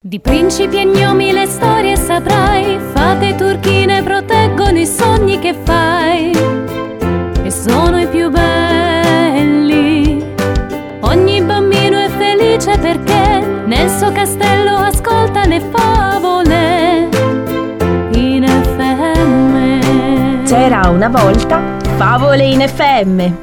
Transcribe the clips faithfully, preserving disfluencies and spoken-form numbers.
Di principi e gnomi le storie saprai, fate turchine proteggono i sogni che fai e sono i più belli. Ogni bambino è felice perché nel suo castello ascolta le favole in F M. C'era una volta Favole in F M.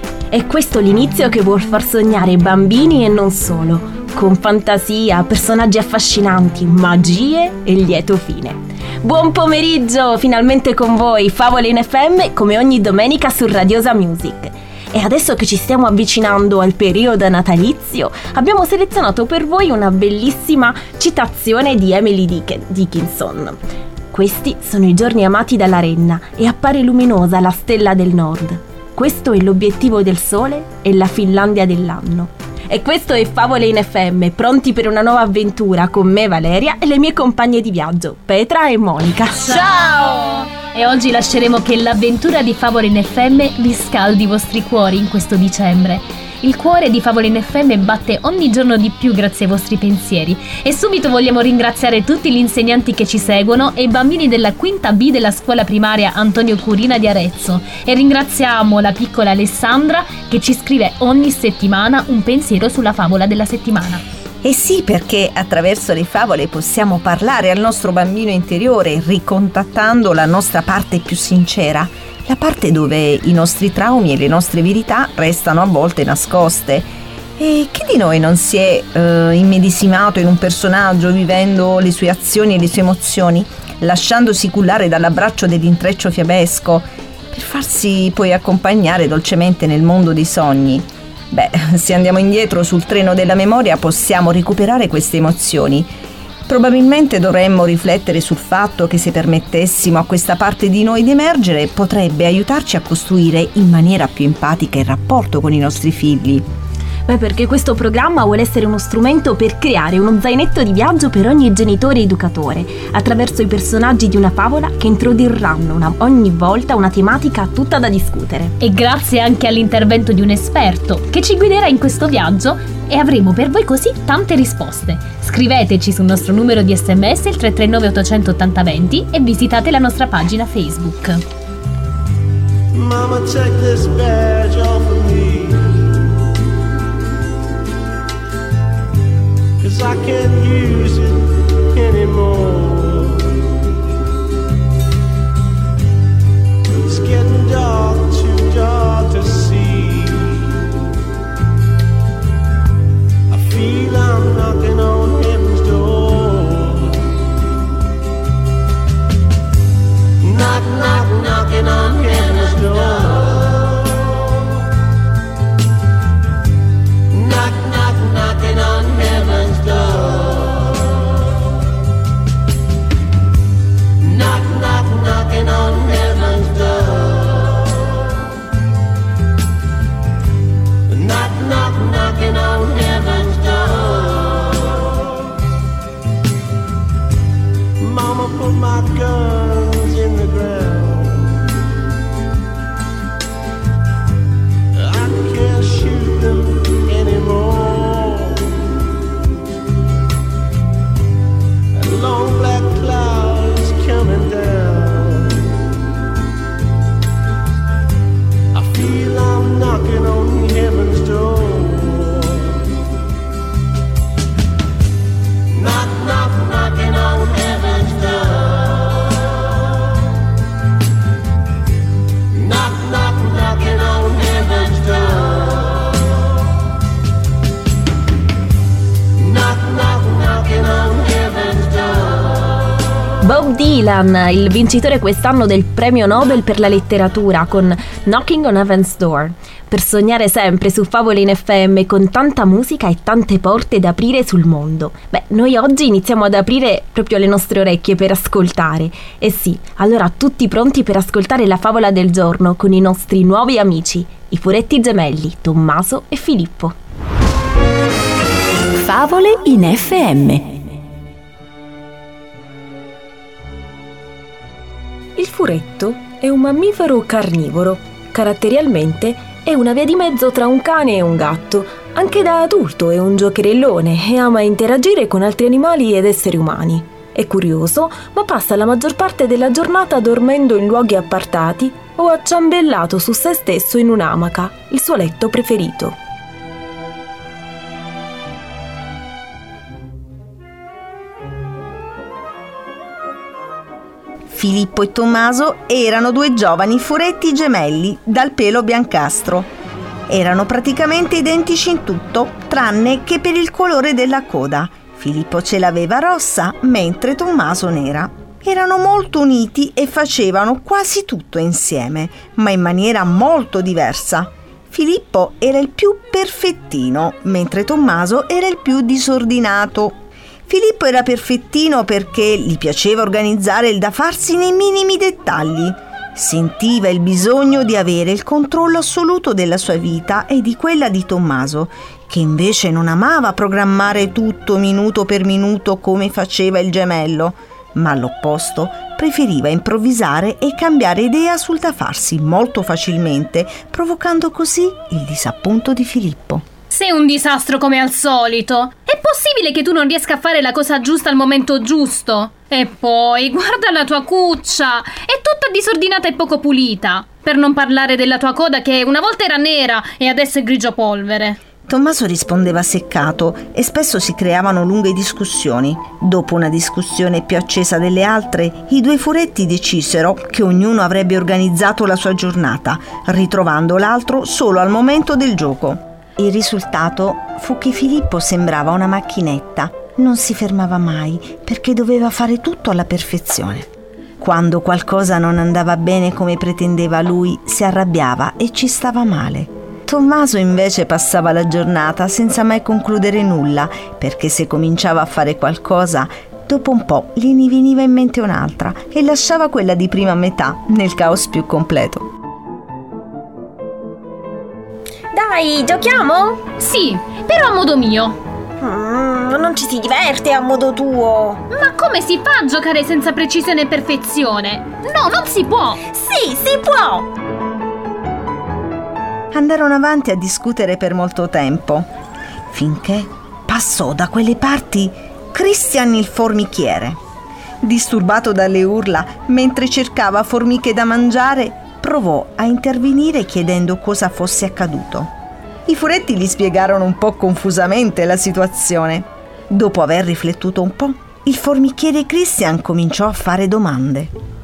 È questo l'inizio che vuol far sognare bambini e non solo, con fantasia, personaggi affascinanti, magie e lieto fine. Buon pomeriggio, finalmente con voi, Favole in F M, come ogni domenica su Radiosa Music. E adesso che ci stiamo avvicinando al periodo natalizio, abbiamo selezionato per voi una bellissima citazione di Emily Dick- Dickinson. Questi sono i giorni amati dalla renna e appare luminosa la stella del nord. Questo è l'obiettivo del sole e la Finlandia dell'anno. E questo è Favole in F M, pronti per una nuova avventura con me, Valeria, e le mie compagne di viaggio, Petra e Monica. Ciao! E oggi lasceremo che l'avventura di Favole in F M vi scaldi i vostri cuori in questo dicembre. Il cuore di Favole in F M batte ogni giorno di più grazie ai vostri pensieri. E subito vogliamo ringraziare tutti gli insegnanti che ci seguono e i bambini della quinta B della scuola primaria Antonio Curina di Arezzo. E ringraziamo la piccola Alessandra che ci scrive ogni settimana un pensiero sulla favola della settimana. Eh sì, perché attraverso le favole possiamo parlare al nostro bambino interiore, ricontattando la nostra parte più sincera, la parte dove i nostri traumi e le nostre verità restano a volte nascoste. E chi di noi non si è eh, immedesimato in un personaggio, vivendo le sue azioni e le sue emozioni, lasciandosi cullare dall'abbraccio dell'intreccio fiabesco, per farsi poi accompagnare dolcemente nel mondo dei sogni? Beh, se andiamo indietro sul treno della memoria possiamo recuperare queste emozioni. Probabilmente dovremmo riflettere sul fatto che se permettessimo a questa parte di noi di emergere, potrebbe aiutarci a costruire in maniera più empatica il rapporto con i nostri figli. Beh, perché questo programma vuole essere uno strumento per creare uno zainetto di viaggio per ogni genitore e educatore, attraverso i personaggi di una favola che introdurranno una, ogni volta una tematica tutta da discutere. E grazie anche all'intervento di un esperto che ci guiderà in questo viaggio e avremo per voi così tante risposte. Scriveteci sul nostro numero di sms il tre tre nove otto otto zero venti e visitate la nostra pagina Facebook. Mama, take this badge off of me, 'cause I can't use it anymore. It's getting dark, too dark to see. I feel I'm knocking on heaven's door. Knock, knock, knocking on heaven's door. Knock, knock, knocking on heaven's door. Knock, knock, knocking on heaven's door. Knock, knock, knocking on heaven's door. Mama, put my guns in the ground. I can't shoot them anymore. And long black clouds coming down. I feel I'm knocking on heaven's door. Knock, knock, knocking on heaven's door. Knock, knock, knocking on heaven's door. Knock, knock, knocking on heaven's door. Bob Dylan, il vincitore quest'anno del premio Nobel per la letteratura con Knocking on Heaven's Door. Per sognare sempre su Favole in F M con tanta musica e tante porte da aprire sul mondo. Beh, noi oggi iniziamo ad aprire proprio le nostre orecchie per ascoltare. E sì, allora tutti pronti per ascoltare la favola del giorno con i nostri nuovi amici, i furetti gemelli Tommaso e Filippo. Favole in F M. Il furetto è un mammifero carnivoro. Caratterialmente è una via di mezzo tra un cane e un gatto, Anche da adulto è un giocherellone e ama interagire con altri animali ed esseri umani. È curioso, ma passa la maggior parte della giornata dormendo in luoghi appartati o acciambellato su se stesso in un'amaca, il suo letto preferito. Filippo e Tommaso erano due giovani furetti gemelli dal pelo biancastro. Erano praticamente identici in tutto, tranne che per il colore della coda. Filippo ce l'aveva rossa, mentre Tommaso nera. Erano molto uniti e facevano quasi tutto insieme, ma in maniera molto diversa. Filippo era il più perfettino, mentre Tommaso era il più disordinato. Filippo era perfettino perché gli piaceva organizzare il da farsi nei minimi dettagli. Sentiva il bisogno di avere il controllo assoluto della sua vita e di quella di Tommaso, che invece non amava programmare tutto minuto per minuto come faceva il gemello, ma all'opposto preferiva improvvisare e cambiare idea sul da farsi molto facilmente, provocando così il disappunto di Filippo. Sei un disastro come al solito. È possibile che tu non riesca a fare la cosa giusta al momento giusto? E poi, guarda la tua cuccia, è tutta disordinata e poco pulita. Per non parlare della tua coda che una volta era nera e adesso è grigio polvere. Tommaso rispondeva seccato e spesso si creavano lunghe discussioni. Dopo una discussione più accesa delle altre, i due furetti decisero che ognuno avrebbe organizzato la sua giornata, ritrovando l'altro solo al momento del gioco. Il risultato fu che Filippo sembrava una macchinetta, non si fermava mai perché doveva fare tutto alla perfezione. Quando qualcosa non andava bene come pretendeva lui, si arrabbiava e ci stava male. Tommaso invece passava la giornata senza mai concludere nulla, perché se cominciava a fare qualcosa, dopo un po' gli ne veniva in mente un'altra e lasciava quella di prima metà nel caos più completo. Dai, giochiamo? Sì, però a modo mio. Mm, non ci si diverte a modo tuo. Ma come si fa a giocare senza precisione e perfezione? No, non si può. Sì, si può. Andarono avanti a discutere per molto tempo, finché passò da quelle parti Christian il formichiere. Disturbato dalle urla mentre cercava formiche da mangiare, provò a intervenire chiedendo cosa fosse accaduto. I furetti gli spiegarono un po' confusamente la situazione. Dopo aver riflettuto un po', il formichiere Christian cominciò a fare domande.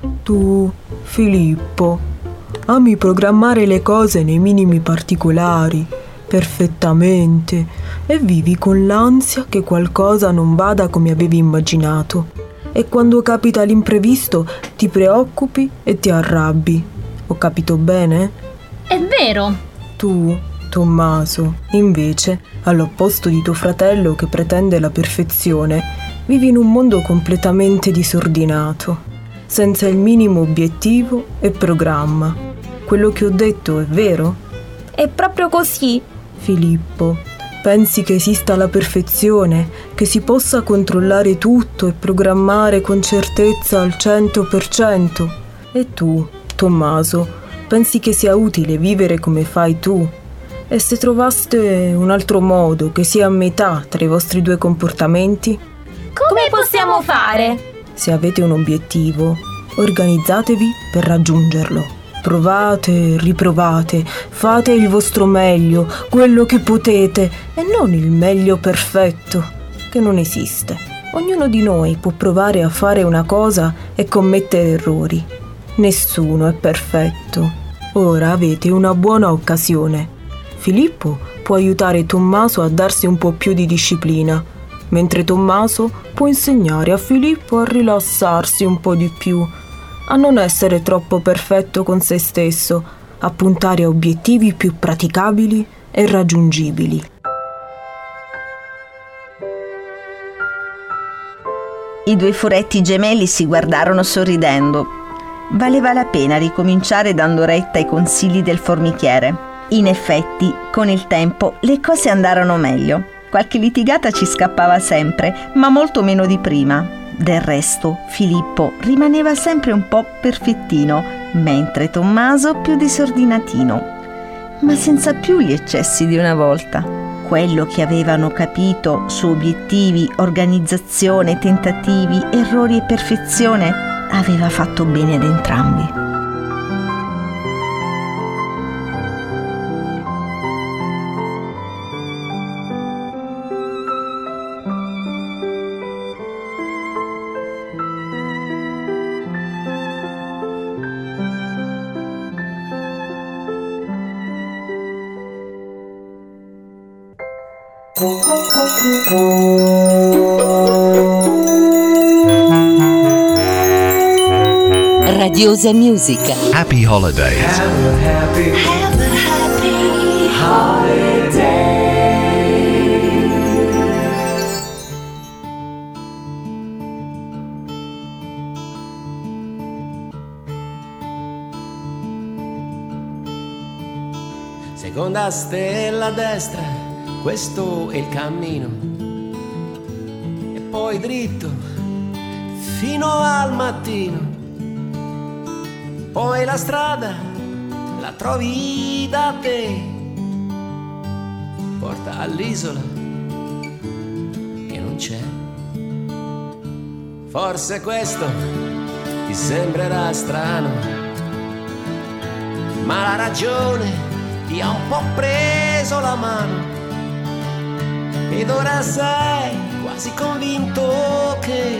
Tu, Filippo, ami programmare le cose nei minimi particolari, perfettamente, e vivi con l'ansia che qualcosa non vada come avevi immaginato. E quando capita l'imprevisto ti preoccupi e ti arrabbi. Ho capito bene? È vero. Tu, Tommaso, invece, all'opposto di tuo fratello che pretende la perfezione, vivi in un mondo completamente disordinato, senza il minimo obiettivo e programma. Quello che ho detto è vero? È proprio così. Filippo, pensi che esista la perfezione, che si possa controllare tutto e programmare con certezza al cento per cento? E tu, Tommaso, pensi che sia utile vivere come fai tu? E se trovaste un altro modo che sia a metà tra i vostri due comportamenti? Come possiamo fare? Se avete un obiettivo, organizzatevi per raggiungerlo. Provate, riprovate, fate il vostro meglio, quello che potete, e non il meglio perfetto, che non esiste. Ognuno di noi può provare a fare una cosa e commettere errori. Nessuno è perfetto. Ora avete una buona occasione. Filippo può aiutare Tommaso a darsi un po' più di disciplina, mentre Tommaso può insegnare a Filippo a rilassarsi un po' di più, a non essere troppo perfetto con se stesso, a puntare a obiettivi più praticabili e raggiungibili. I due furetti gemelli si guardarono sorridendo. Valeva la pena ricominciare dando retta ai consigli del formichiere. In effetti, con il tempo, le cose andarono meglio. Qualche litigata ci scappava sempre, ma molto meno di prima. Del resto, Filippo rimaneva sempre un po' perfettino, mentre Tommaso più disordinatino, ma senza più gli eccessi di una volta. quello che avevano capito su obiettivi, organizzazione, tentativi, errori e perfezione aveva fatto bene ad entrambi. Radiosa Music. Happy holidays. Have a happy, have a happy holiday. Seconda stella a destra, questo è il cammino. E poi dritto fino al mattino. Poi la strada la trovi da te, porta all'isola che non c'è. Forse questo ti sembrerà strano, ma la ragione ti ha un po' preso la mano ed ora sei quasi convinto che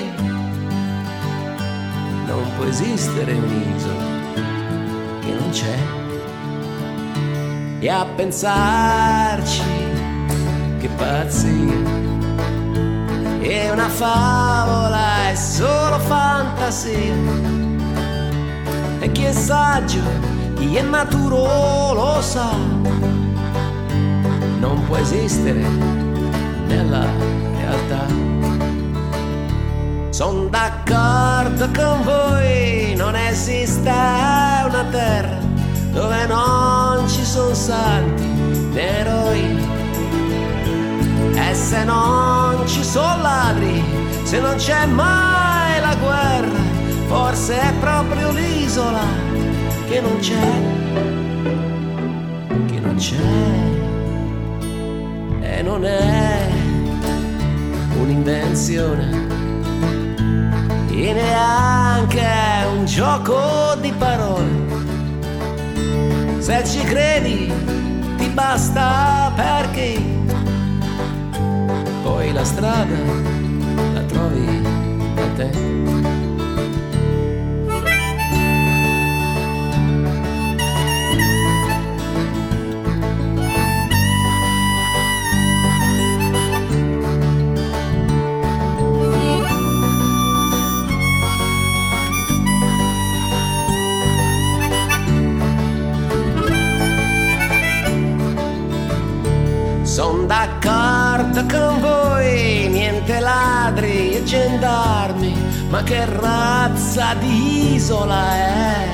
non può esistere un'isola che non c'è. E a pensarci, che pazzia, è una favola, è solo fantasia. E chi è saggio, chi è maturo lo sa, non può esistere nella realtà. Son d'accordo con voi, non esiste una terra dove non ci sono santi né eroi. E se non ci sono ladri, se non c'è mai la guerra, forse è proprio l'isola che non c'è, che non c'è. E non è un'invenzione e neanche un gioco di parole. Se ci credi ti basta, perché poi la strada la trovi da te. Son d'accordo con voi, niente ladri e gendarmi, ma che razza di isola è?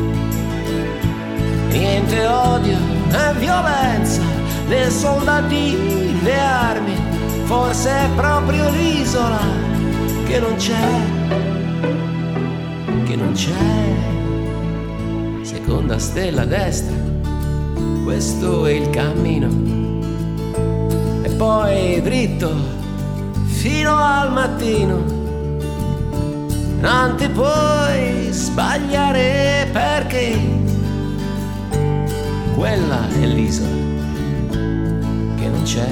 Niente odio e violenza, né soldati né armi, forse è proprio l'isola che non c'è, che non c'è. Seconda stella a destra, questo è il cammino. E poi dritto fino al mattino, non ti puoi sbagliare, perché quella è l'isola che non c'è.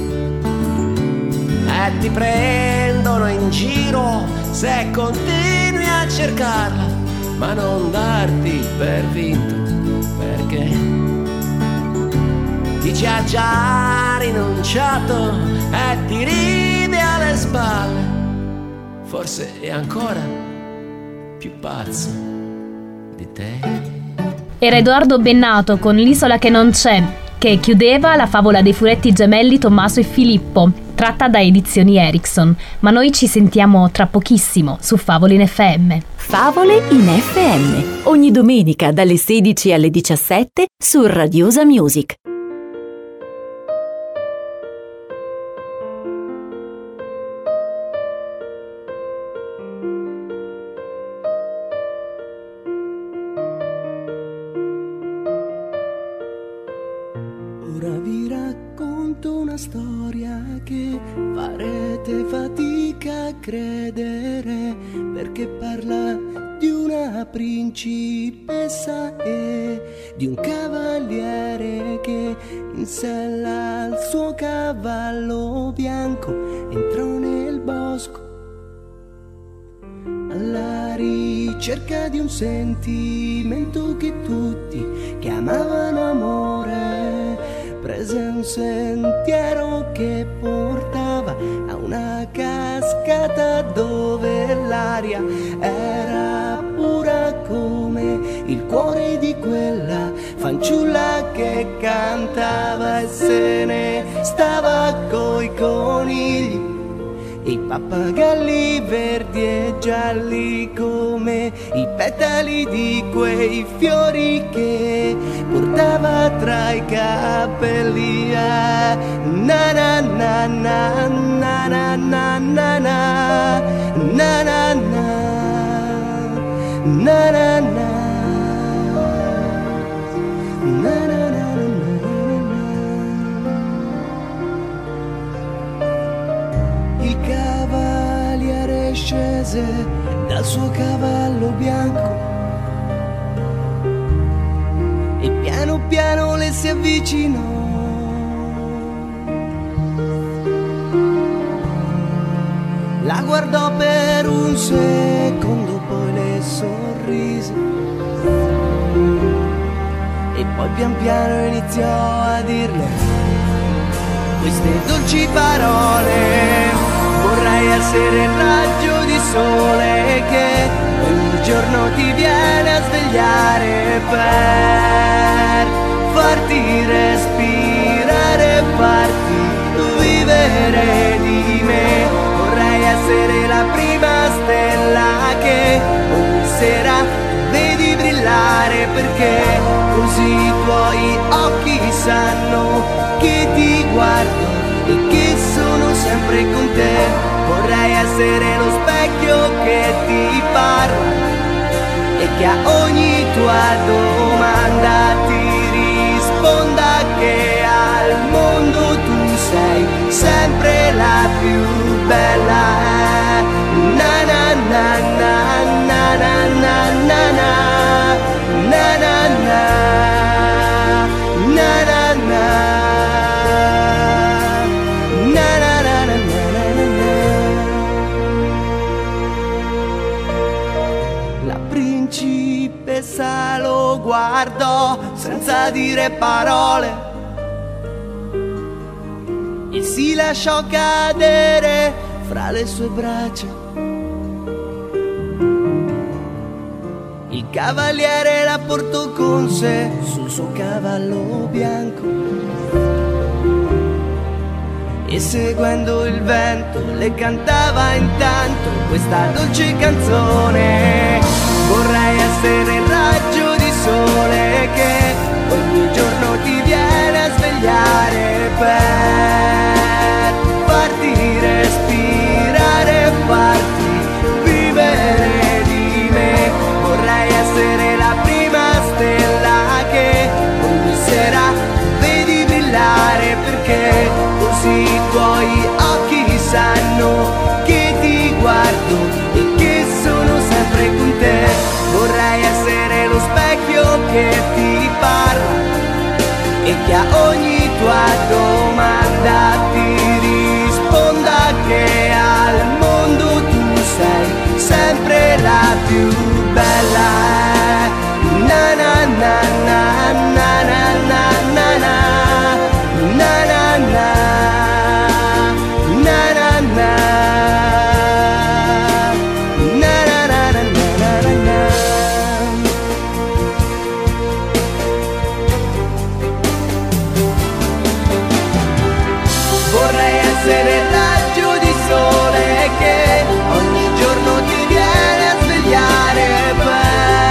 E ti prendono in giro se continui a cercarla, ma non darti per vinto, perché ti ci ha già rinunciato e ti ride alle spalle. Forse è ancora più pazzo di te. Era Edoardo Bennato con L'isola che non c'è, che chiudeva la favola dei furetti gemelli Tommaso e Filippo, tratta da Edizioni Erickson. Ma noi ci sentiamo tra pochissimo su Favole in F M. Favole in F M, ogni domenica dalle sedici alle diciassette su Radiosa Music. Ora vi racconto una una storia che farete fatica a credere, perché parla di una principessa e di un cavaliere che in sella al suo cavallo bianco entrò nel bosco alla ricerca di un sentimento che tutti chiamavano amore. Prese un sentiero che portava a una cascata dove l'aria era pura come il cuore di quella fanciulla che cantava e se ne stava coi conigli e i pappagalli verdi e gialli come i petali di quei fiori che portava tra i capelli. Na na na na na na na na na na na na na na. Il cavaliere scese dal suo cavallo bianco e piano piano le si avvicinò. La guardò per un secondo, poi le sorrise e poi pian piano iniziò a dirle queste dolci parole. Vorrei essere il raggio di sole che ogni giorno ti viene a svegliare per farti respirare, farti vivere di me. Vorrei essere la prima stella che ogni sera vedi brillare, perché così i tuoi occhi sanno che ti guardo e che sono sempre con te. Vorrei essere lo specchio che ti parla e che a ogni tua domanda ti risponda che al mondo tu sei sempre la più bella. Na na na na na na na na na na na na na na na. Principessa lo guardò senza dire parole e si lasciò cadere fra le sue braccia. Il cavaliere la portò con sé sul suo cavallo bianco e seguendo il vento le cantava intanto questa dolce canzone. Vorrei essere il raggio di sole che ogni giorno ti viene a svegliare per farti respirare, farti vivere di me. Vorrei essere la prima stella che ogni sera vedi brillare, perché così i tuoi occhi sanno che ti guardo e che sono sempre con te. Vorrei essere lo specchio che ti parla e che a ogni tua domanda ti risponda che al mondo tu sei sempre la più bella. Na na na na na na na na na na na na na na na. Essere il raggio di sole che ogni giorno ti viene a svegliare per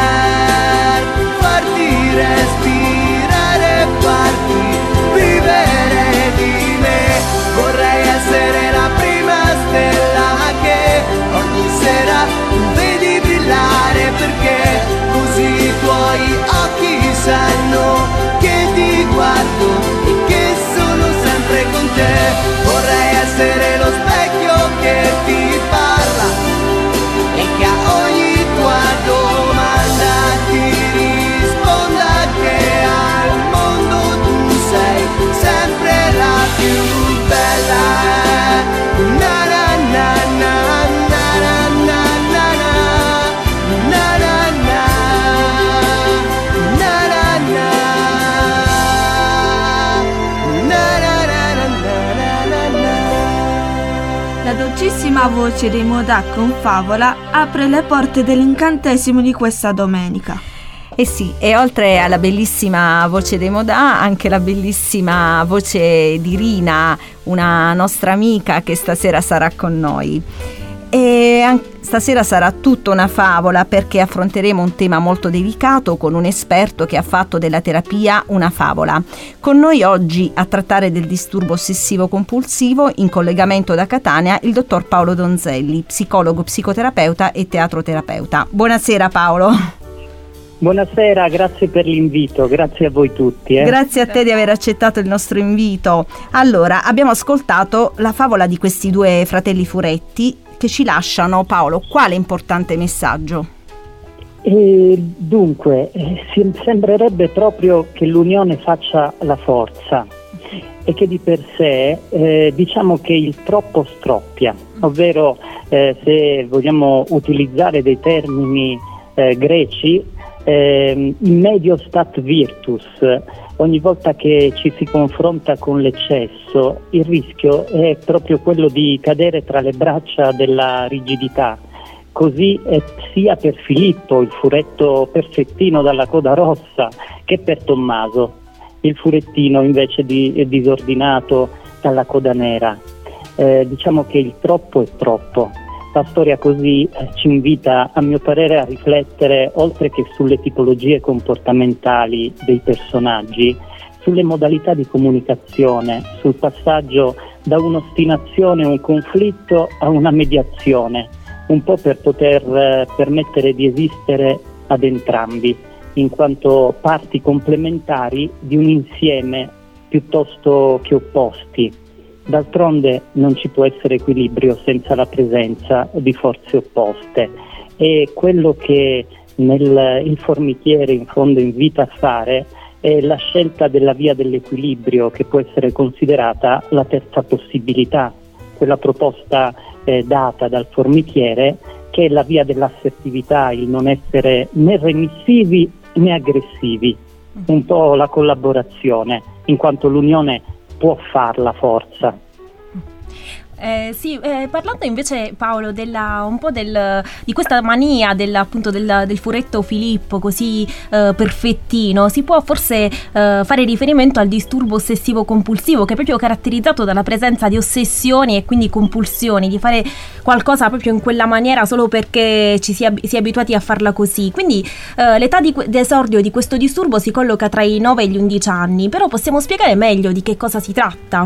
nuova voce dei Modà con Favola apre le porte dell'incantesimo di questa domenica. Eh sì, e oltre alla bellissima voce dei Modà, anche la bellissima voce di Rina, una nostra amica che stasera sarà con noi. E anche stasera sarà tutta una favola, perché affronteremo un tema molto delicato con un esperto che ha fatto della terapia una favola. Con noi oggi a trattare del disturbo ossessivo compulsivo, in collegamento da Catania, il dottor Paolo Donzelli, psicologo, psicoterapeuta e teatroterapeuta. Buonasera Paolo. Buonasera, grazie per l'invito, grazie a voi tutti. Eh. Grazie a te di aver accettato il nostro invito. Allora, abbiamo ascoltato la favola di questi due fratelli furetti che ci lasciano, Paolo, quale importante messaggio? E dunque, eh, sembrerebbe proprio che l'unione faccia la forza e che di per sé eh, diciamo che il troppo stroppia, ovvero eh, se vogliamo utilizzare dei termini eh, greci, Eh, in medio stat virtus. Ogni volta che ci si confronta con l'eccesso, il rischio è proprio quello di cadere tra le braccia della rigidità. Così è sia per Filippo, il furetto perfettino dalla coda rossa, che per Tommaso, il furettino invece di, è disordinato dalla coda nera. Eh, diciamo che il troppo è troppo. La storia così eh, ci invita, a mio parere, a riflettere, oltre che sulle tipologie comportamentali dei personaggi, sulle modalità di comunicazione, sul passaggio da un'ostinazione, un conflitto, a una mediazione, un po' per poter eh, permettere di esistere ad entrambi, in quanto parti complementari di un insieme piuttosto che opposti. D'altronde non ci può essere equilibrio senza la presenza di forze opposte, e quello che nel, il formichiere in fondo invita a fare è la scelta della via dell'equilibrio, che può essere considerata la terza possibilità, quella proposta eh, data dal formichiere, che è la via dell'assertività, il non essere né remissivi né aggressivi, un po' la collaborazione, in quanto l'unione può far la forza. Eh, sì, eh, parlando invece, Paolo, della, un po' del, di questa mania della, appunto del, del furetto Filippo così eh, perfettino, si può forse eh, fare riferimento al disturbo ossessivo compulsivo, che è proprio caratterizzato dalla presenza di ossessioni e quindi compulsioni, di fare qualcosa proprio in quella maniera solo perché ci si è, si è abituati a farla così. Quindi eh, l'età di, di esordio di questo disturbo si colloca tra i nove e gli undici anni, però possiamo spiegare meglio di che cosa si tratta?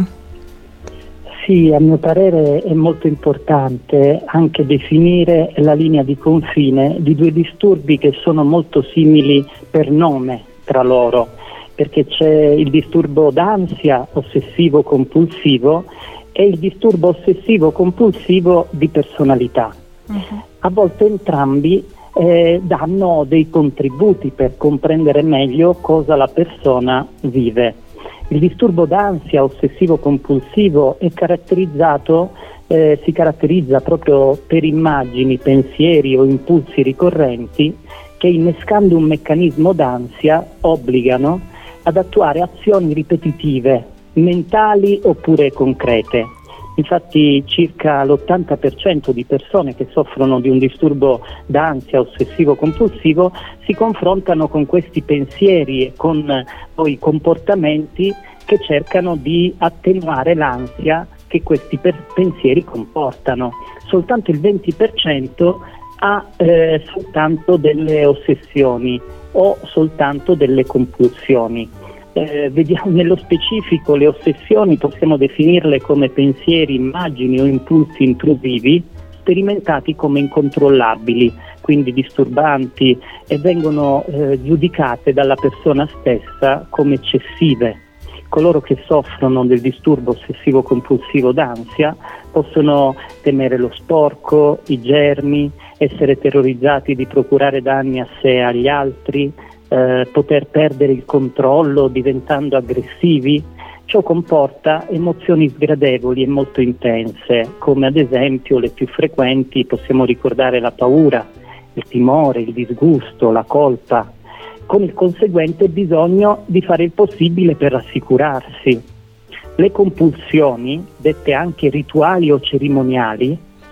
Sì, a mio parere è molto importante anche definire la linea di confine di due disturbi che sono molto simili per nome tra loro, perché c'è il disturbo d'ansia ossessivo-compulsivo e il disturbo ossessivo-compulsivo di personalità. Uh-huh. A volte entrambi eh, danno dei contributi per comprendere meglio cosa la persona vive. Il disturbo d'ansia ossessivo-compulsivo è caratterizzato, eh, si caratterizza proprio per immagini, pensieri o impulsi ricorrenti che, innescando un meccanismo d'ansia, obbligano ad attuare azioni ripetitive, mentali oppure concrete. Infatti circa l'ottanta per cento di persone che soffrono di un disturbo d'ansia ossessivo-compulsivo si confrontano con questi pensieri e con poi comportamenti che cercano di attenuare l'ansia che questi per- pensieri comportano. Soltanto il venti per cento ha eh, soltanto delle ossessioni o soltanto delle compulsioni. Eh, vediamo nello specifico le ossessioni, possiamo definirle come pensieri, immagini o impulsi intrusivi sperimentati come incontrollabili, quindi disturbanti, e vengono eh, giudicate dalla persona stessa come eccessive. Coloro che soffrono del disturbo ossessivo-compulsivo d'ansia possono temere lo sporco, i germi, essere terrorizzati di procurare danni a sé e agli altri, Eh, poter perdere il controllo diventando aggressivi. Ciò comporta emozioni sgradevoli e molto intense, come ad esempio le più frequenti possiamo ricordare la paura, il timore, il disgusto, la colpa, con il conseguente bisogno di fare il possibile per rassicurarsi. Le compulsioni, dette anche rituali o cerimoniali,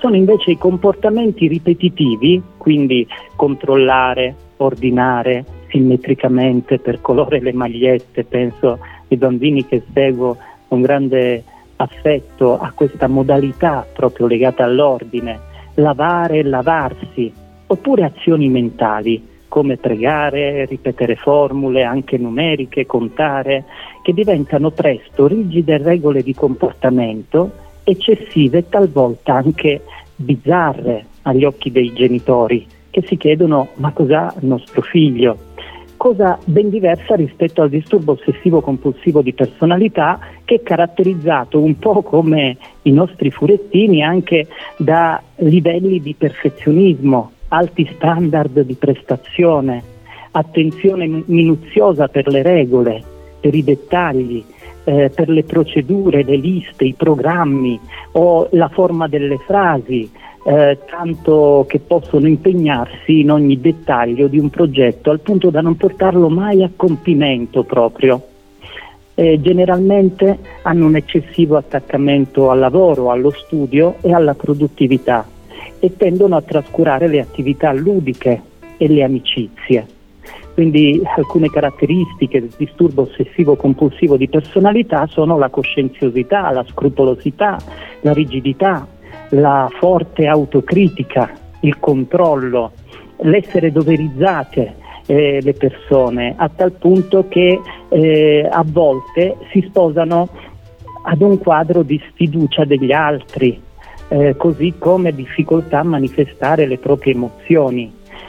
sono invece i comportamenti ripetitivi, quindi controllare, ordinare simmetricamente per colore le magliette. Penso ai bambini che seguo con grande affetto a questa modalità proprio legata all'ordine, lavare e lavarsi, oppure azioni mentali come pregare, ripetere formule anche numeriche, contare, che diventano presto rigide regole di comportamento, eccessive e talvolta anche bizzarre agli occhi dei genitori, che si chiedono: ma cos'ha nostro figlio? Cosa ben diversa rispetto al disturbo ossessivo compulsivo di personalità, che è caratterizzato un po' come i nostri furettini anche da livelli di perfezionismo, alti standard di prestazione, attenzione minuziosa per le regole, per i dettagli, eh, per le procedure, le liste, i programmi o la forma delle frasi, eh, tanto che possono impegnarsi in ogni dettaglio di un progetto al punto da non portarlo mai a compimento proprio. Eh, generalmente hanno un eccessivo attaccamento al lavoro, allo studio e alla produttività, e tendono a trascurare le attività ludiche e le amicizie. Quindi alcune caratteristiche del disturbo ossessivo compulsivo di personalità sono la coscienziosità, la scrupolosità, la rigidità, la forte autocritica, il controllo, l'essere doverizzate eh, le persone, a tal punto che eh, a volte si sposano ad un quadro di sfiducia degli altri, eh, così come difficoltà a manifestare le proprie emozioni.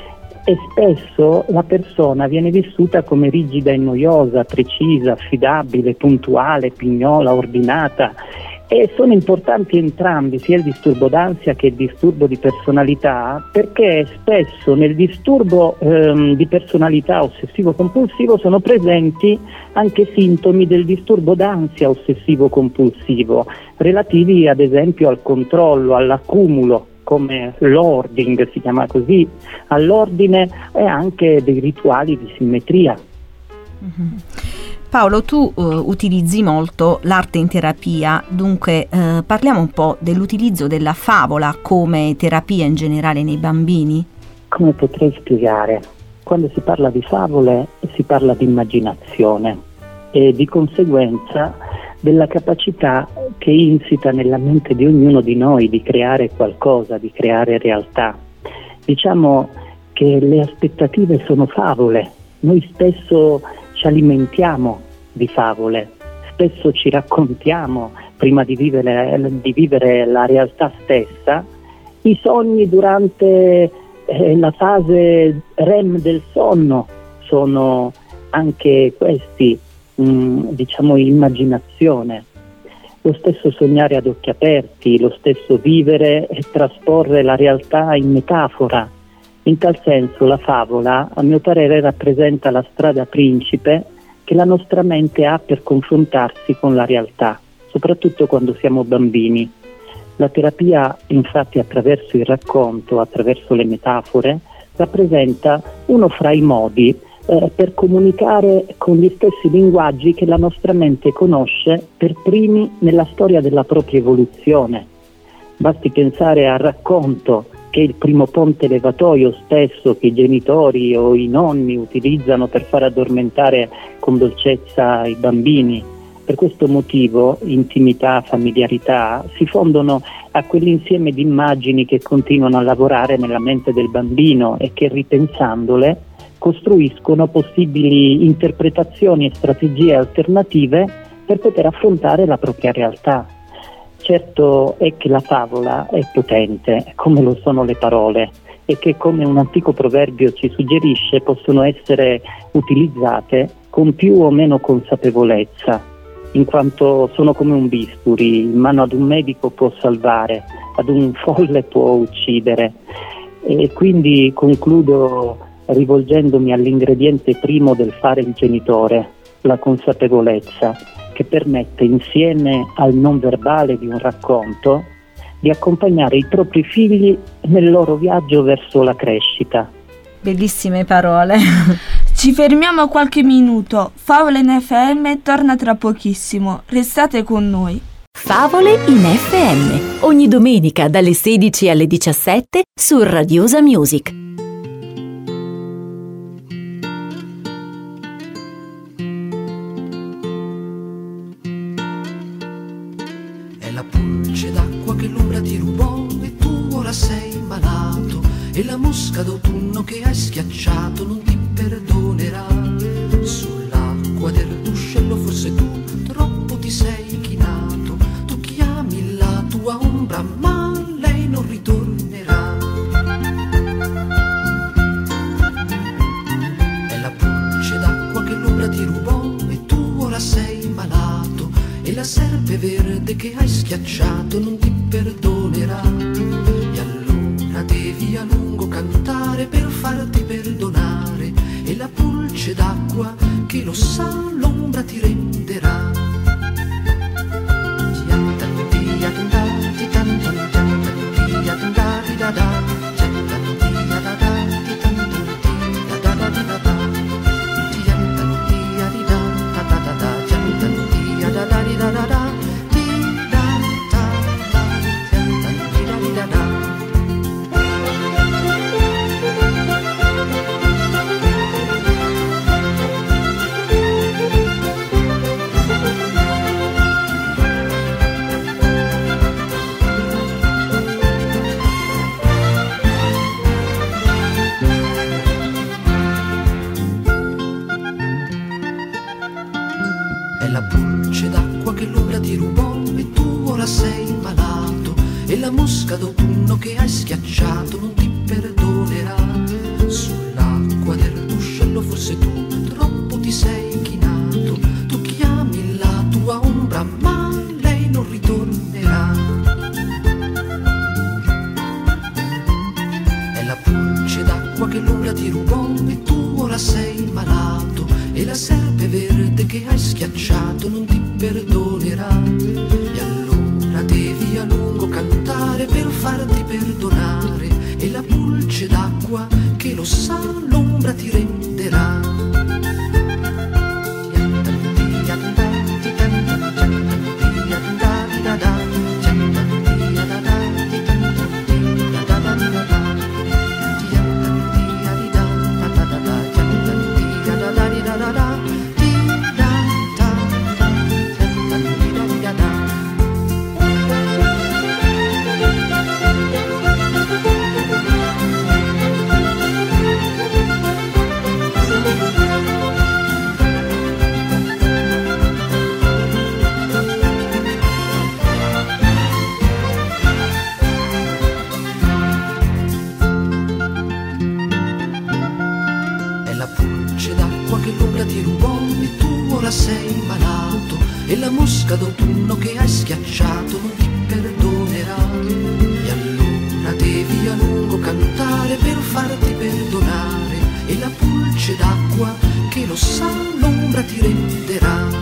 E spesso la persona viene vissuta come rigida e noiosa, precisa, affidabile, puntuale, pignola, ordinata, e sono importanti entrambi, sia il disturbo d'ansia che il disturbo di personalità, perché spesso nel disturbo ehm, di personalità ossessivo-compulsivo sono presenti anche sintomi del disturbo d'ansia ossessivo-compulsivo, relativi ad esempio al controllo, all'accumulo, come l'hoarding, si chiama così, all'ordine e anche dei rituali di simmetria. Mm-hmm. Paolo, tu uh, utilizzi molto l'arte in terapia, dunque uh, parliamo un po' dell'utilizzo della favola come terapia in generale nei bambini? Come potrei spiegare? Quando si parla di favole si parla di immaginazione e di conseguenza della capacità che insita nella mente di ognuno di noi di creare qualcosa, di creare realtà. Diciamo che le aspettative sono favole, noi spesso ci alimentiamo di favole, spesso ci raccontiamo, prima di vivere, di vivere la realtà stessa, i sogni durante eh, la fase R E M del sonno. Sono anche questi mh, diciamo immaginazione. Lo stesso sognare ad occhi aperti, lo stesso vivere e trasporre la realtà in metafora. In tal senso la favola, a mio parere, rappresenta la strada principe che la nostra mente ha per confrontarsi con la realtà, soprattutto quando siamo bambini. La terapia, infatti, attraverso il racconto, attraverso le metafore, rappresenta uno fra i modi eh, per comunicare con gli stessi linguaggi che la nostra mente conosce per primi nella storia della propria evoluzione. Basti pensare al racconto, che è il primo ponte levatoio spesso che i genitori o i nonni utilizzano per far addormentare con dolcezza i bambini. Per questo motivo intimità, familiarità si fondono a quell'insieme di immagini che continuano a lavorare nella mente del bambino e che, ripensandole, costruiscono possibili interpretazioni e strategie alternative per poter affrontare la propria realtà. Certo è che la favola è potente, come lo sono le parole, e che, come un antico proverbio ci suggerisce, possono essere utilizzate con più o meno consapevolezza, in quanto sono come un bisturi, in mano ad un medico può salvare, ad un folle può uccidere. E quindi concludo rivolgendomi all'ingrediente primo del fare il genitore, la consapevolezza, che permette, insieme al non verbale di un racconto, di accompagnare i propri figli nel loro viaggio verso la crescita. Bellissime parole. Ci fermiamo qualche minuto. Favole in F M torna tra pochissimo. Restate con noi. Favole in F M, ogni domenica dalle sedici alle diciassette su Radiosa Music. È la pulce d'acqua che l'ombra ti rubò e tu ora sei malato, e la mosca d'autunno che hai schiacciato non ti perdonerà. Sull'acqua del ruscello forse tu troppo ti sei chinato, tu chiami la tua ombra ma lei non ritornerà. È la pulce d'acqua che l'ombra ti rubò e tu ora sei malato, e la serpe verde che hai schiacciato non ti perdonerà. E allora devi a lungo cantare per farti perdonare, e la pulce d'acqua che lo sa l'ombra ti renderà. È la pulce d'acqua che l'ombra ti rubò e tu ora sei malato, e la mosca d'autunno che hai schiacciato non ti perdonerà. Sull'acqua del ruscello forse tu troppo ti sei chinato, tu chiami la tua ombra ma lei non ritornerà. È la pulce d'acqua che l'ombra ti rubò e tu ora sei malato, e la serpe verde che hai schiacciato non ti perdonerà. E allora devi a lungo cantare per farti perdonare, e la pulce d'acqua che lo sa l'ombra ti renderà. Sei malato, e la mosca d'autunno che hai schiacciato non ti perdonerà. E allora devi a lungo cantare per farti perdonare, e la pulce d'acqua che lo sa l'ombra ti renderà.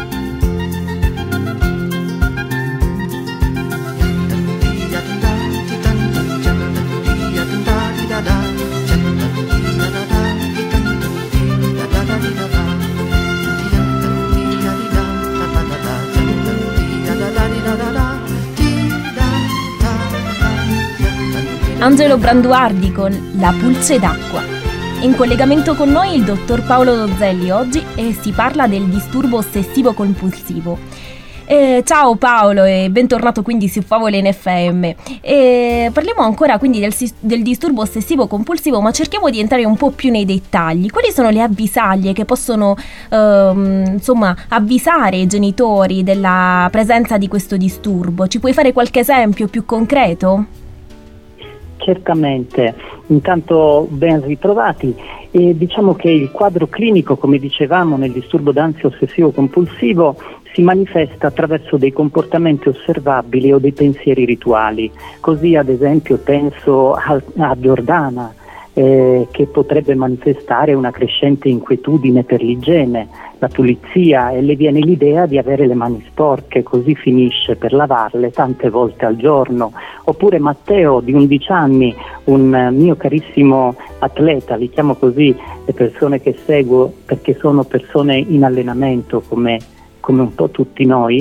Angelo Branduardi con La pulce d'acqua. In collegamento con noi il dottor Paolo Dozzelli oggi e si parla del disturbo ossessivo compulsivo. Eh, ciao Paolo e bentornato quindi su Favole in F M. Eh, parliamo ancora quindi del, del disturbo ossessivo compulsivo, ma cerchiamo di entrare un po' più nei dettagli. Quali sono le avvisaglie che possono ehm, insomma avvisare i genitori della presenza di questo disturbo? Ci puoi fare qualche esempio più concreto? Certamente, intanto ben ritrovati. E diciamo che il quadro clinico, come dicevamo, nel disturbo d'ansia ossessivo compulsivo si manifesta attraverso dei comportamenti osservabili o dei pensieri rituali. Così ad esempio penso a, a Giordana, eh, che potrebbe manifestare una crescente inquietudine per l'igiene, la pulizia, e le viene l'idea di avere le mani sporche, così finisce per lavarle tante volte al giorno. Oppure Matteo di undici anni, un mio carissimo atleta, li chiamo così le persone che seguo perché sono persone in allenamento come, come un po' tutti noi,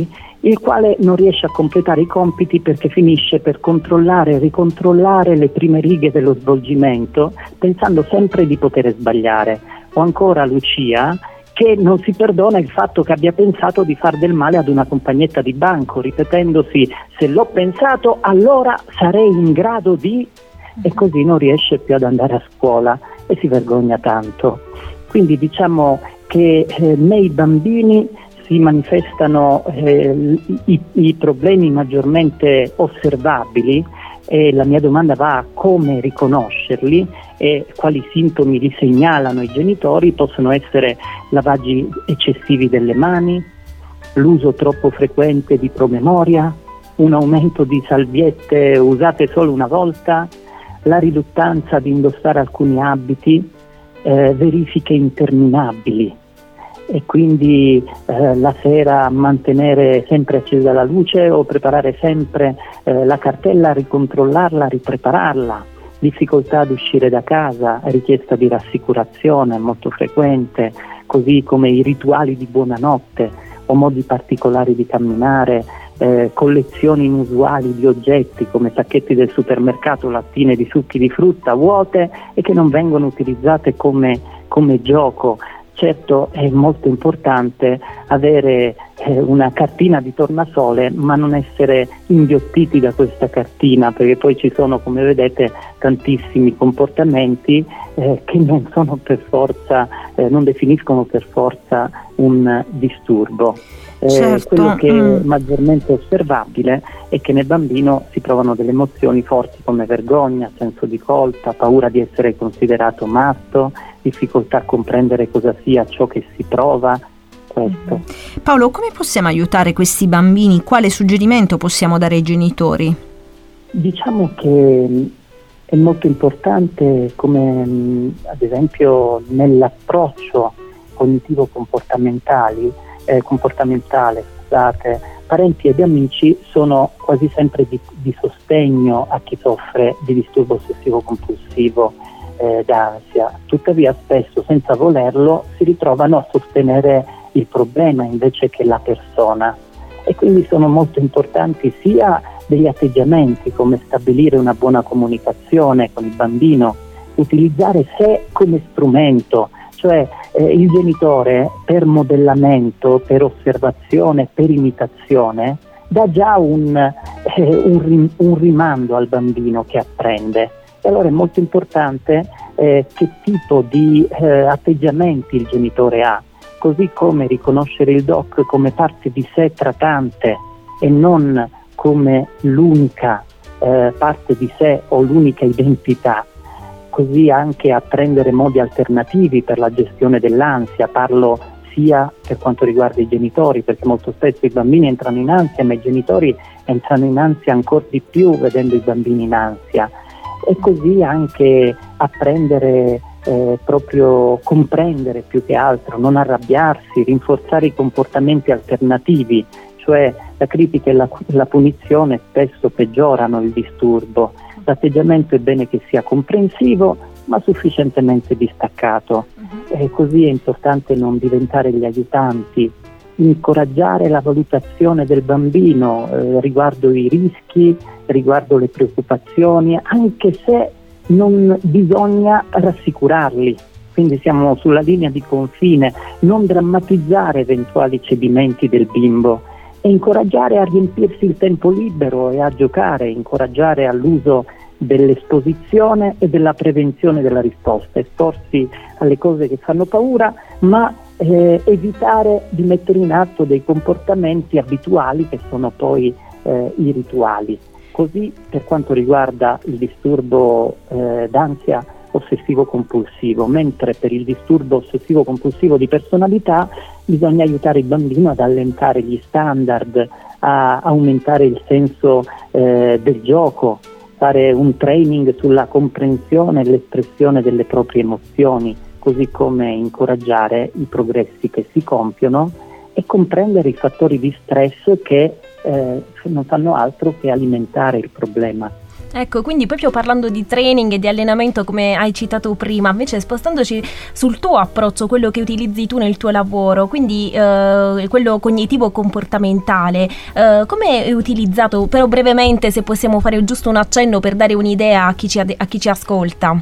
il quale non riesce a completare i compiti perché finisce per controllare e ricontrollare le prime righe dello svolgimento, pensando sempre di poter sbagliare. O ancora Lucia, che non si perdona il fatto che abbia pensato di far del male ad una compagnetta di banco, ripetendosi: se l'ho pensato allora sarei in grado di... e così non riesce più ad andare a scuola e si vergogna tanto. Quindi diciamo che eh, nei bambini si manifestano eh, i, i problemi maggiormente osservabili, e la mia domanda va a come riconoscerli e quali sintomi li segnalano i genitori. Possono essere lavaggi eccessivi delle mani, l'uso troppo frequente di promemoria, un aumento di salviette usate solo una volta, la riluttanza ad indossare alcuni abiti, eh, verifiche interminabili, e quindi eh, la sera mantenere sempre accesa la luce o preparare sempre eh, la cartella, ricontrollarla, riprepararla, difficoltà ad uscire da casa, richiesta di rassicurazione molto frequente, così come i rituali di buonanotte o modi particolari di camminare, eh, collezioni inusuali di oggetti come sacchetti del supermercato, lattine di succhi di frutta vuote e che non vengono utilizzate come, come gioco. Certo, è molto importante avere eh, una cartina di tornasole, ma non essere inghiottiti da questa cartina, perché poi ci sono, come vedete, tantissimi comportamenti eh, che non sono per forza, eh, non definiscono per forza un disturbo. Eh, certo. Quello che mm. è maggiormente osservabile è che nel bambino si provano delle emozioni forti come vergogna, senso di colpa, paura di essere considerato matto, difficoltà a comprendere cosa sia ciò che si prova. Questo. Paolo, come possiamo aiutare questi bambini? Quale suggerimento possiamo dare ai genitori? Diciamo che è molto importante, come ad esempio nell'approccio cognitivo-comportamentali, eh, comportamentale, scusate, parenti ed amici sono quasi sempre di, di sostegno a chi soffre di disturbo ossessivo-compulsivo eh, d'ansia. Tuttavia spesso, senza volerlo, si ritrovano a sostenere il problema invece che la persona, e quindi sono molto importanti sia degli atteggiamenti come stabilire una buona comunicazione con il bambino, utilizzare sé come strumento, cioè eh, il genitore per modellamento, per osservazione, per imitazione dà già un, eh, un, rim- un rimando al bambino che apprende. E allora è molto importante eh, che tipo di eh, atteggiamenti il genitore ha, così come riconoscere il doc come parte di sé tra tante e non come l'unica eh, parte di sé o l'unica identità, così anche apprendere modi alternativi per la gestione dell'ansia. Parlo sia per quanto riguarda i genitori, perché molto spesso i bambini entrano in ansia, ma i genitori entrano in ansia ancora di più vedendo i bambini in ansia, e così anche apprendere Eh, proprio comprendere più che altro, non arrabbiarsi, rinforzare i comportamenti alternativi, cioè la critica e la, la punizione spesso peggiorano il disturbo. L'atteggiamento è bene che sia comprensivo ma sufficientemente distaccato, uh-huh. E così è importante non diventare gli aiutanti, incoraggiare la valutazione del bambino eh, riguardo i rischi, riguardo le preoccupazioni, anche se non bisogna rassicurarli, quindi siamo sulla linea di confine, non drammatizzare eventuali cedimenti del bimbo e incoraggiare a riempirsi il tempo libero e a giocare, incoraggiare all'uso dell'esposizione e della prevenzione della risposta, esporsi alle cose che fanno paura, ma eh, evitare di mettere in atto dei comportamenti abituali che sono poi eh, i rituali. Così per quanto riguarda il disturbo eh, d'ansia ossessivo-compulsivo, mentre per il disturbo ossessivo-compulsivo di personalità bisogna aiutare il bambino ad allentare gli standard, a aumentare il senso eh, del gioco, fare un training sulla comprensione e l'espressione delle proprie emozioni, così come incoraggiare i progressi che si compiono e comprendere i fattori di stress che eh, non fanno altro che alimentare il problema. Ecco, quindi proprio parlando di training e di allenamento come hai citato prima, invece spostandoci sul tuo approccio, quello che utilizzi tu nel tuo lavoro, quindi eh, quello cognitivo-comportamentale, eh, come è utilizzato? Però brevemente, se possiamo fare giusto un accenno per dare un'idea a chi ci, a chi ci ascolta.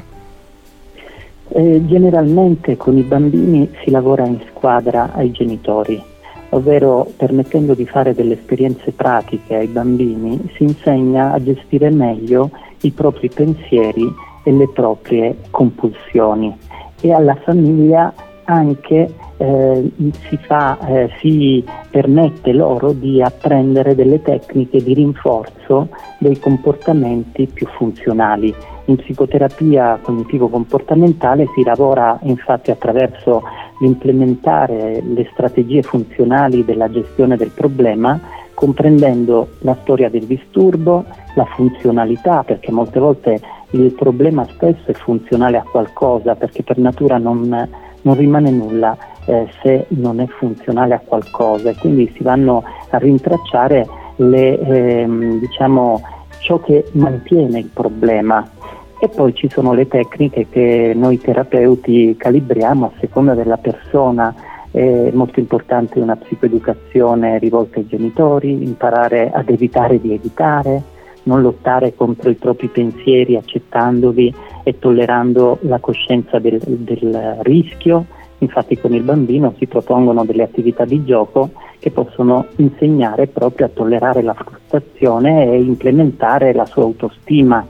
Eh, generalmente con i bambini si lavora in squadra ai genitori, ovvero permettendo di fare delle esperienze pratiche ai bambini si insegna a gestire meglio i propri pensieri e le proprie compulsioni, e alla famiglia anche eh, si, fa, eh, si permette loro di apprendere delle tecniche di rinforzo dei comportamenti più funzionali. In psicoterapia cognitivo-comportamentale si lavora infatti attraverso l'implementare le strategie funzionali della gestione del problema, comprendendo la storia del disturbo, la funzionalità, perché molte volte il problema stesso è funzionale a qualcosa, perché per natura non, non rimane nulla eh, se non è funzionale a qualcosa, e quindi si vanno a rintracciare le, ehm, diciamo, ciò che mantiene il problema. E poi ci sono le tecniche che noi terapeuti calibriamo a seconda della persona. È molto importante una psicoeducazione rivolta ai genitori, imparare ad evitare di evitare, non lottare contro i propri pensieri accettandoli e tollerando la coscienza del, del rischio. Infatti con il bambino si propongono delle attività di gioco che possono insegnare proprio a tollerare la frustrazione e implementare la sua autostima.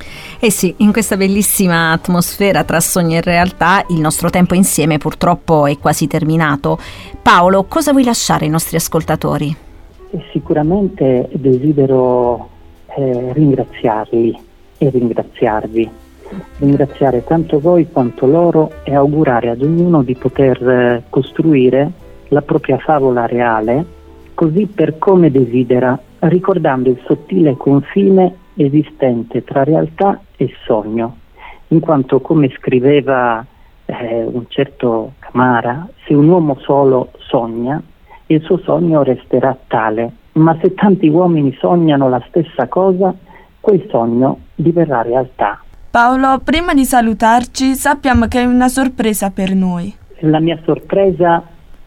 Eh sì, in questa bellissima atmosfera tra sogno e realtà il nostro tempo insieme purtroppo è quasi terminato. Paolo, cosa vuoi lasciare ai nostri ascoltatori? E sicuramente desidero eh, ringraziarli e ringraziarvi, ringraziare tanto voi quanto loro e augurare ad ognuno di poter eh, costruire la propria favola reale così per come desidera, ricordando il sottile confine esistente tra realtà e sogno, in quanto, come scriveva eh, un certo Camara, se un uomo solo sogna, il suo sogno resterà tale, ma se tanti uomini sognano la stessa cosa, quel sogno diverrà realtà. Paolo, prima di salutarci, sappiamo che hai una sorpresa per noi. La mia sorpresa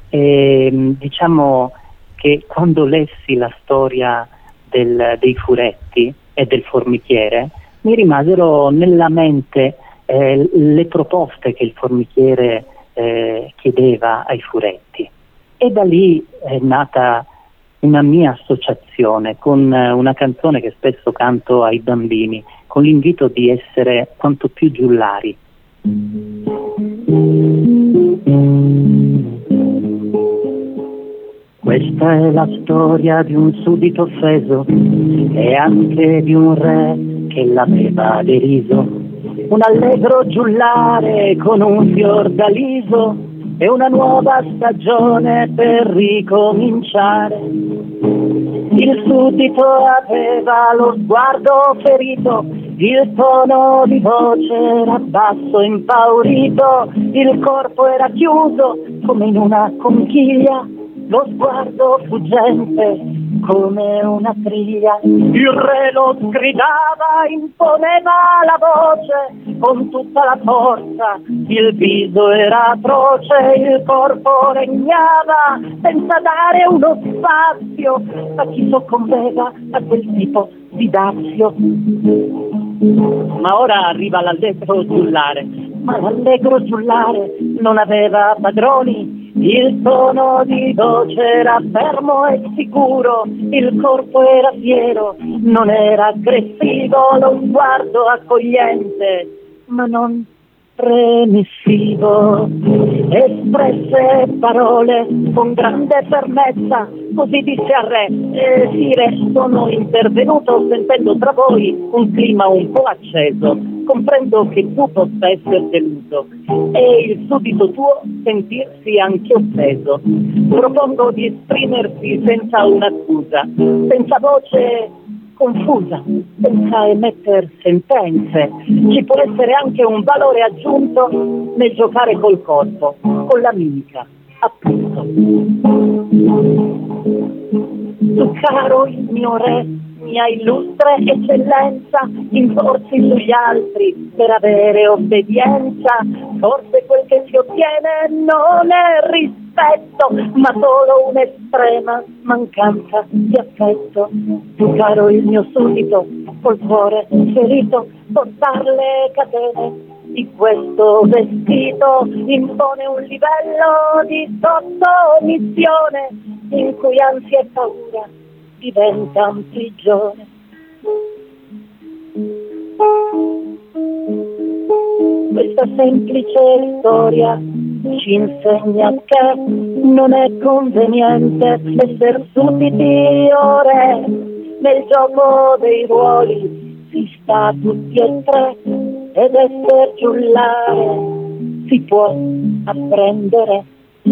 è, diciamo, che quando lessi la storia del, dei furetti e del formichiere, mi rimasero nella mente eh, le proposte che il formichiere eh, chiedeva ai furetti, e da lì è nata una mia associazione con una canzone che spesso canto ai bambini, con l'invito di essere quanto più giullari. Questa è la storia di un suddito offeso e anche di un re che l'aveva deriso, un allegro giullare con un fiordaliso e una nuova stagione per ricominciare. Il suddito aveva lo sguardo ferito, il tono di voce era basso e impaurito, il corpo era chiuso come in una conchiglia, lo sguardo fuggente come una triglia. Il re lo gridava, imponeva la voce con tutta la forza, il viso era atroce, il corpo regnava senza dare uno spazio a chi soccombeva a quel tipo di dazio. Ma ora arriva l'allegro giullare, ma l'allegro giullare non aveva padroni. Il tono di voce era fermo e sicuro, il corpo era fiero, non era aggressivo, lo sguardo accogliente, ma non remissivo. Espresse parole con grande fermezza, così disse al re: eh, sire, sono intervenuto sentendo tra voi un clima un po' acceso, comprendo che tu possa essere deluso e il suddito tuo sentirsi anche offeso. Propongo di esprimersi senza un'accusa, senza voce confusa, senza emettere sentenze. Ci può essere anche un valore aggiunto nel giocare col corpo, con la mimica, appunto. Tu, caro il mio re, mia illustre eccellenza, imporsi sugli altri per avere obbedienza. Forse quel che si ottiene non è rispetto, ma solo un'estrema mancanza di affetto. Tu, caro il mio suddito, col cuore ferito, portar le catene di questo vestito impone un livello di sottomissione in cui ansia e paura diventano prigione. Questa semplice storia ci insegna che non è conveniente essere sudditi o re. Nel gioco dei ruoli si sta tutti e tre, ed essere giullare si può apprendere.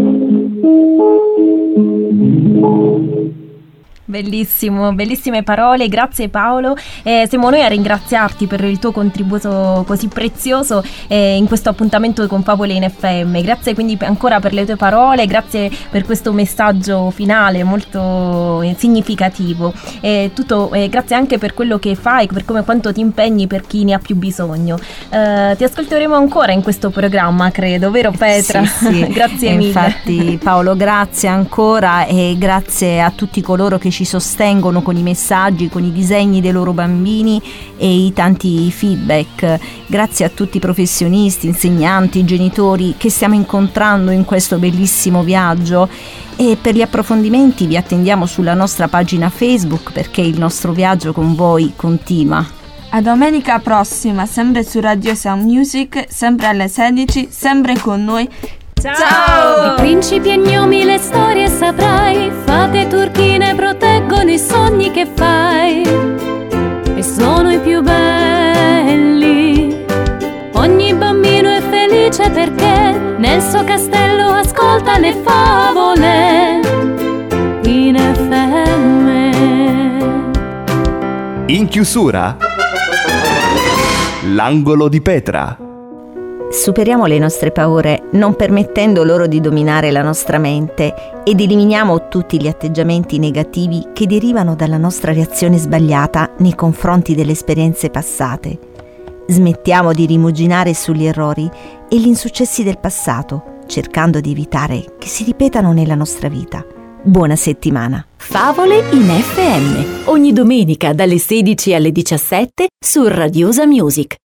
Bellissimo, bellissime parole, grazie Paolo. Eh, siamo noi a ringraziarti per il tuo contributo così prezioso eh, in questo appuntamento con Favole in F M. Grazie quindi ancora per le tue parole, grazie per questo messaggio finale molto eh, significativo. Eh, tutto, eh, grazie anche per quello che fai, per come quanto ti impegni per chi ne ha più bisogno. Eh, ti ascolteremo ancora in questo programma, credo, vero Petra? Sì, sì. Grazie mille. Infatti Paolo, grazie ancora e grazie a tutti coloro che ci sostengono con i messaggi, con i disegni dei loro bambini e i tanti feedback. Grazie a tutti i professionisti, insegnanti, genitori che stiamo incontrando in questo bellissimo viaggio. E per gli approfondimenti vi attendiamo sulla nostra pagina Facebook, perché il nostro viaggio con voi continua. A domenica prossima, sempre su Radio Sound Music, sempre alle sedici, sempre con noi. Ciao! Ciao! Di principi e gnomi le storie saprai, fate turchine proteggono i sogni che fai e sono i più belli. Ogni bambino è felice perché nel suo castello ascolta le favole in F M. In chiusura, l'angolo di Petra. Superiamo le nostre paure non permettendo loro di dominare la nostra mente ed eliminiamo tutti gli atteggiamenti negativi che derivano dalla nostra reazione sbagliata nei confronti delle esperienze passate. Smettiamo di rimuginare sugli errori e gli insuccessi del passato, cercando di evitare che si ripetano nella nostra vita. Buona settimana. Favole in F M, ogni domenica dalle sedici alle diciassette su Radiosa Music.